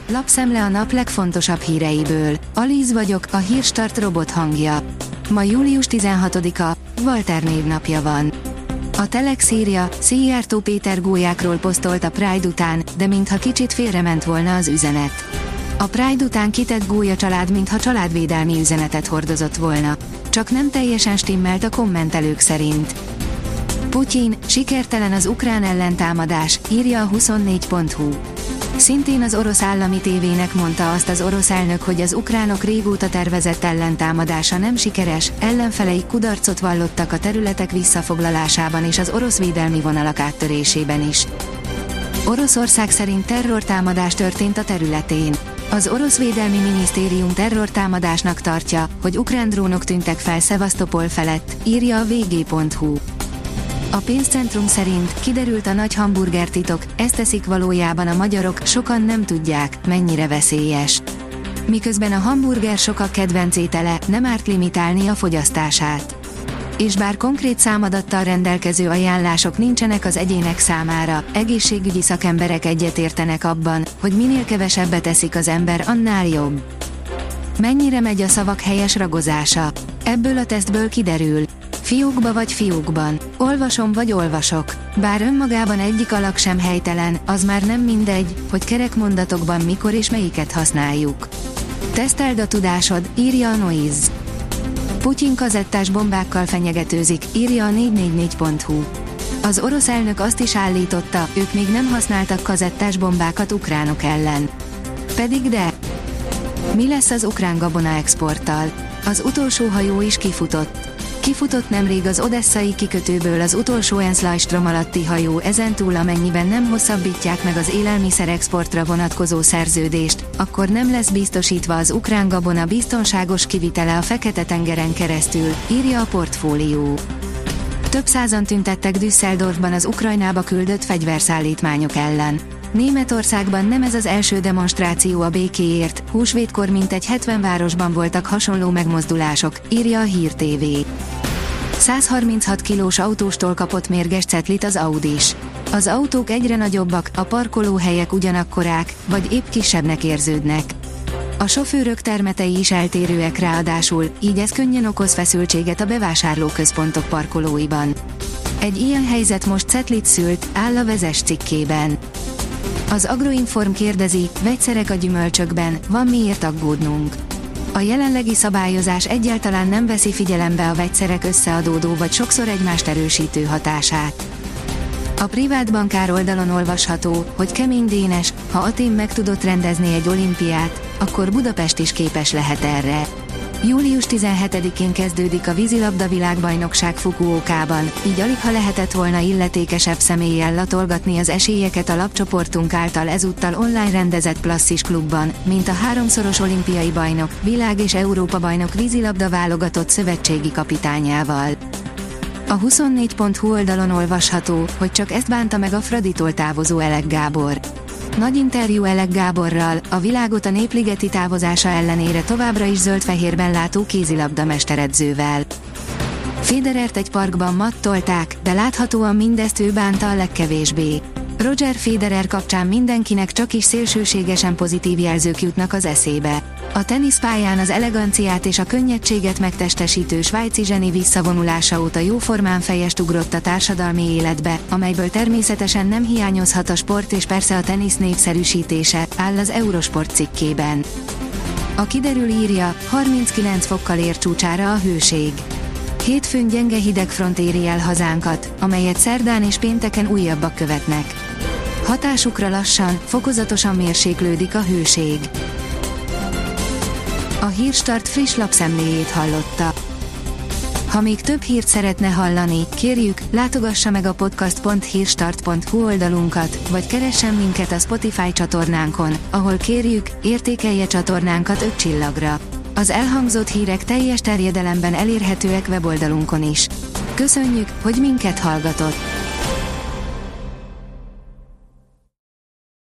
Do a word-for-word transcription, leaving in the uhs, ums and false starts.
Lapszemle a nap legfontosabb híreiből. Alíz vagyok, a Hírstart robot hangja. Ma július tizenhatodika, Walter névnapja van. A Telex írja, Szijjártó Péter gólyákról posztolt a Pride után, de mintha kicsit félrement volna az üzenet. A Pride után kitett gólya család, mintha családvédelmi üzenetet hordozott volna. Csak nem teljesen stimmelt a kommentelők szerint. Putyin, sikertelen az ukrán ellentámadás, írja a huszonnégy pont hu. Szintén az orosz állami tévének mondta azt az orosz elnök, hogy az ukránok régóta tervezett ellentámadása nem sikeres, ellenfeleik kudarcot vallottak a területek visszafoglalásában és az orosz védelmi vonalak áttörésében is. Oroszország szerint terrortámadás történt a területén. Az orosz védelmi minisztérium terrortámadásnak tartja, hogy ukrán drónok tűntek fel Szevasztopol felett, írja a vg pont hu. A pénzcentrum szerint kiderült a nagy hamburger titok, ezt teszik valójában a magyarok, sokan nem tudják, mennyire veszélyes. Miközben a hamburger sokak kedvenc étele, nem árt limitálni a fogyasztását. És bár konkrét számadattal rendelkező ajánlások nincsenek az egyének számára, egészségügyi szakemberek egyetértenek abban, hogy minél kevesebbet eszik az ember, annál jobb. Mennyire megy a szavak helyes ragozása? Ebből a tesztből kiderül. Fiókba vagy fiókban, olvasom vagy olvasok. Bár önmagában egyik alak sem helytelen, az már nem mindegy, hogy kerek mondatokban mikor és melyiket használjuk. Teszteld a tudásod, írja a Noise. Putyin kazettás bombákkal fenyegetőzik, írja a négy négy négy pont hu. Az orosz elnök azt is állította, ők még nem használtak kazettás bombákat ukránok ellen. Pedig de... Mi lesz az ukrán gabona exporttal? Az utolsó hajó is kifutott. Kifutott nemrég az odesszai kikötőből az utolsó ENSZ Lajstrom alatti hajó, ezentúl amennyiben nem hosszabbítják meg az élelmiszer exportra vonatkozó szerződést, akkor nem lesz biztosítva az ukrán gabona biztonságos kivitele a Fekete-tengeren keresztül, írja a Portfólió. Több százan tüntettek Düsseldorfban az Ukrajnába küldött fegyverszállítmányok ellen. Németországban nem ez az első demonstráció a békéért, húsvétkor mintegy hetven városban voltak hasonló megmozdulások, írja a Hír té vé. száz harminchat kilós autóstól kapott mérges cetlit az Audis. Az autók egyre nagyobbak, a parkolóhelyek ugyanakkorák, vagy épp kisebbnek érződnek. A sofőrök termetei is eltérőek ráadásul, így ez könnyen okoz feszültséget a bevásárlóközpontok parkolóiban. Egy ilyen helyzet most cetlit szült, áll a Vezes cikkében. Az Agroinform kérdezi, vegyszerek a gyümölcsökben, van miért aggódnunk. A jelenlegi szabályozás egyáltalán nem veszi figyelembe a vegyszerek összeadódó vagy sokszor egymást erősítő hatását. A privát bankár oldalon olvasható, hogy Kemény Dénes, ha Atén meg tudott rendezni egy olimpiát, akkor Budapest is képes lehet erre. július tizenhetedikén kezdődik a vízilabda világbajnokság Fukuokában, így aligha lehetett volna illetékesebb személlyel latolgatni az esélyeket a lapcsoportunk által ezúttal online rendezett Plasszis klubban, mint a háromszoros olimpiai bajnok, világ- és Európa-bajnok vízilabda válogatott szövetségi kapitányával. A huszonnégy pont hu oldalon olvasható, hogy csak ezt bánta meg a Fraditól távozó Elek Gábor. Nagy interjú Elek Gáborral, a világot a népligeti távozása ellenére továbbra is zöld-fehérben látó kézilabda mesteredzővel. Federert egy parkban mattolták, de láthatóan mindezt ő bánta a legkevésbé. Roger Federer kapcsán mindenkinek csak is szélsőségesen pozitív jelzők jutnak az eszébe. A teniszpályán az eleganciát és a könnyedséget megtestesítő svájci zseni visszavonulása óta jóformán fejest ugrott a társadalmi életbe, amelyből természetesen nem hiányozhat a sport és persze a tenisz népszerűsítése, áll az Eurosport cikkében. A Kiderül írja, harminckilenc fokkal ér csúcsára a hőség. Hétfőn gyenge hidegfront éri el hazánkat, amelyet szerdán és pénteken újabbak követnek. Hatásukra lassan, fokozatosan mérséklődik a hőség. A Hírstart friss lapszemléjét hallotta. Ha még több hírt szeretne hallani, kérjük, látogassa meg a podcast pont hírstart pont hu oldalunkat, vagy keressen minket a Spotify csatornánkon, ahol kérjük, értékelje csatornánkat öt csillagra. Az elhangzott hírek teljes terjedelemben elérhetőek weboldalunkon is. Köszönjük, hogy minket hallgatott!